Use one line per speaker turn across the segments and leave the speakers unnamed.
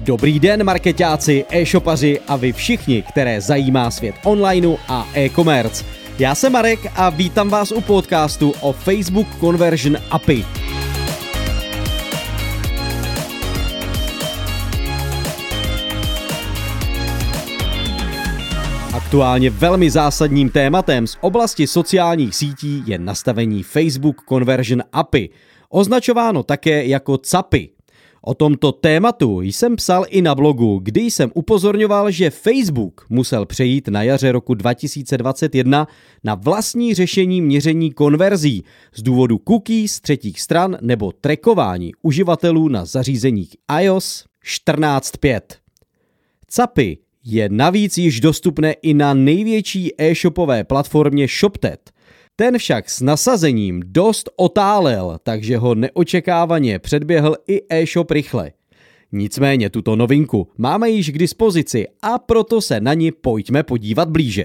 Dobrý den markeťáci, e-shopaři a vy všichni, které zajímá svět onlineu a e-commerce. Já jsem Marek a vítám vás u podcastu o Facebook Conversion API. Aktuálně velmi zásadním tématem z oblasti sociálních sítí je nastavení Facebook Conversion API, označováno také jako CAPI. O tomto tématu jsem psal i na blogu, kdy jsem upozorňoval, že Facebook musel přejít na jaře roku 2021 na vlastní řešení měření konverzí z důvodu cookies třetích stran nebo trackování uživatelů na zařízeních iOS 14.5. CAPI je navíc již dostupné i na největší e-shopové platformě ShopTet. Ten však s nasazením dost otálel, takže ho neočekávaně předběhl i e-shop rychle. Nicméně tuto novinku máme již k dispozici a proto se na ni pojďme podívat blíže.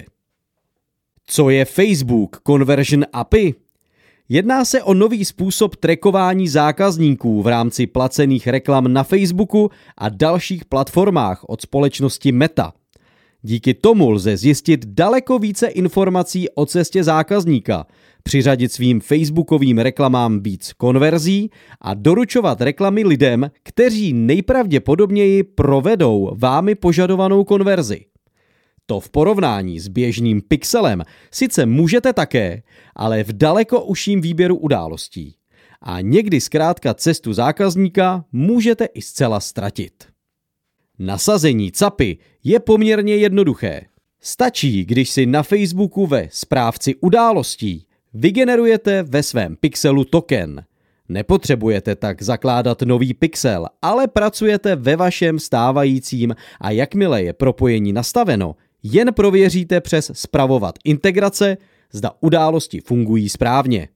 Co je Facebook Conversion API? Jedná se o nový způsob trackování zákazníků v rámci placených reklam na Facebooku a dalších platformách od společnosti Meta. Díky tomu lze zjistit daleko více informací o cestě zákazníka, přiřadit svým facebookovým reklamám víc konverzí a doručovat reklamy lidem, kteří nejpravděpodobněji provedou vámi požadovanou konverzi. To v porovnání s běžným pixelem sice můžete také, ale v daleko užším výběru událostí. A někdy zkrátka cestu zákazníka můžete i zcela ztratit. Nasazení CAPI je poměrně jednoduché. Stačí, když si na Facebooku ve správci událostí vygenerujete ve svém pixelu token. Nepotřebujete tak zakládat nový pixel, ale pracujete ve vašem stávajícím a jakmile je propojení nastaveno, jen prověříte přes spravovat integrace, zda události fungují správně.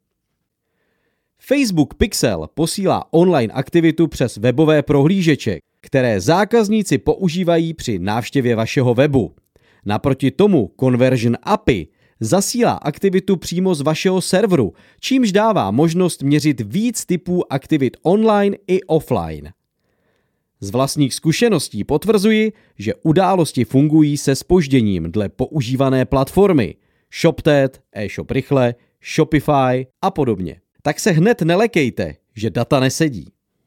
Facebook Pixel posílá online aktivitu přes webové prohlížeče, které zákazníci používají při návštěvě vašeho webu. Naproti tomu Conversion API zasílá aktivitu přímo z vašeho serveru, čímž dává možnost měřit víc typů aktivit online i offline. Z vlastních zkušeností potvrzuji, že události fungují se zpožděním dle používané platformy ShopTet, eShop Rychle, Shopify a podobně. Tak se hned nelekejte, že data nesedí.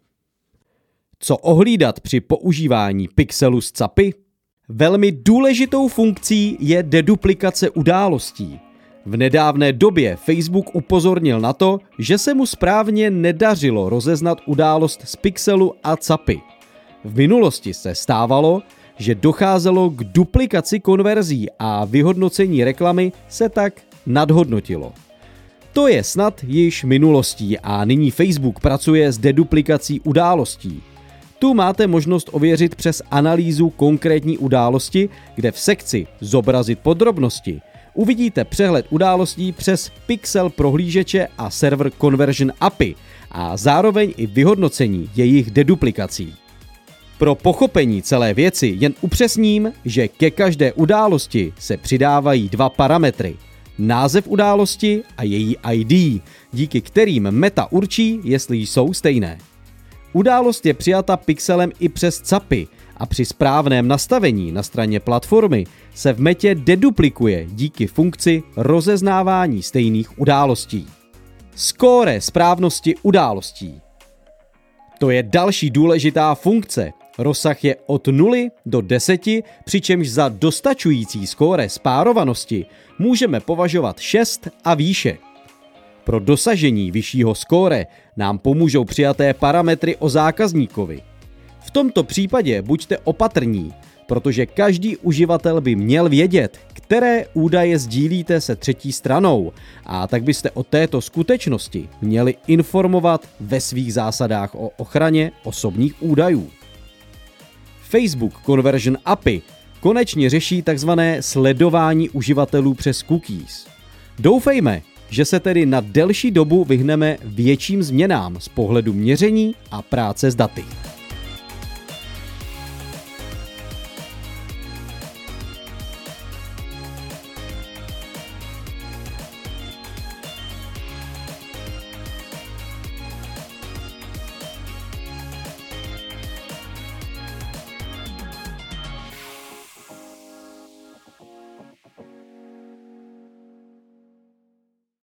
Co ohlídat při používání pixelu z CAPI? Velmi důležitou funkcí je deduplikace událostí. V nedávné době Facebook upozornil na to, že se mu správně nedařilo rozeznat událost z pixelu a CAPI. V minulosti se stávalo, že docházelo k duplikaci konverzí a vyhodnocení reklamy se tak nadhodnotilo. To je snad již minulostí a nyní Facebook pracuje s deduplikací událostí. Tu máte možnost ověřit přes analýzu konkrétní události, kde v sekci Zobrazit podrobnosti uvidíte přehled událostí přes pixel prohlížeče a server Conversion API a zároveň i vyhodnocení jejich deduplikací. Pro pochopení celé věci jen upřesním, že ke každé události se přidávají dva parametry. Název události a její ID, díky kterým Meta určí, jestli jsou stejné. Událost je přijata pixelem i přes CAPI a při správném nastavení na straně platformy se v Metě deduplikuje díky funkci rozeznávání stejných událostí. Skóre správnosti událostí. To je další důležitá funkce. Rozsah je od 0 do 10, přičemž za dostačující skóre spárovanosti můžeme považovat 6 a výše. Pro dosažení vyššího skóre nám pomůžou přijaté parametry o zákazníkovi. V tomto případě buďte opatrní, protože každý uživatel by měl vědět, které údaje sdílíte se třetí stranou, a tak byste o této skutečnosti měli informovat ve svých zásadách o ochraně osobních údajů. Facebook Conversion API konečně řeší takzvané sledování uživatelů přes cookies. Doufejme, že se tedy na delší dobu vyhneme větším změnám z pohledu měření a práce s daty.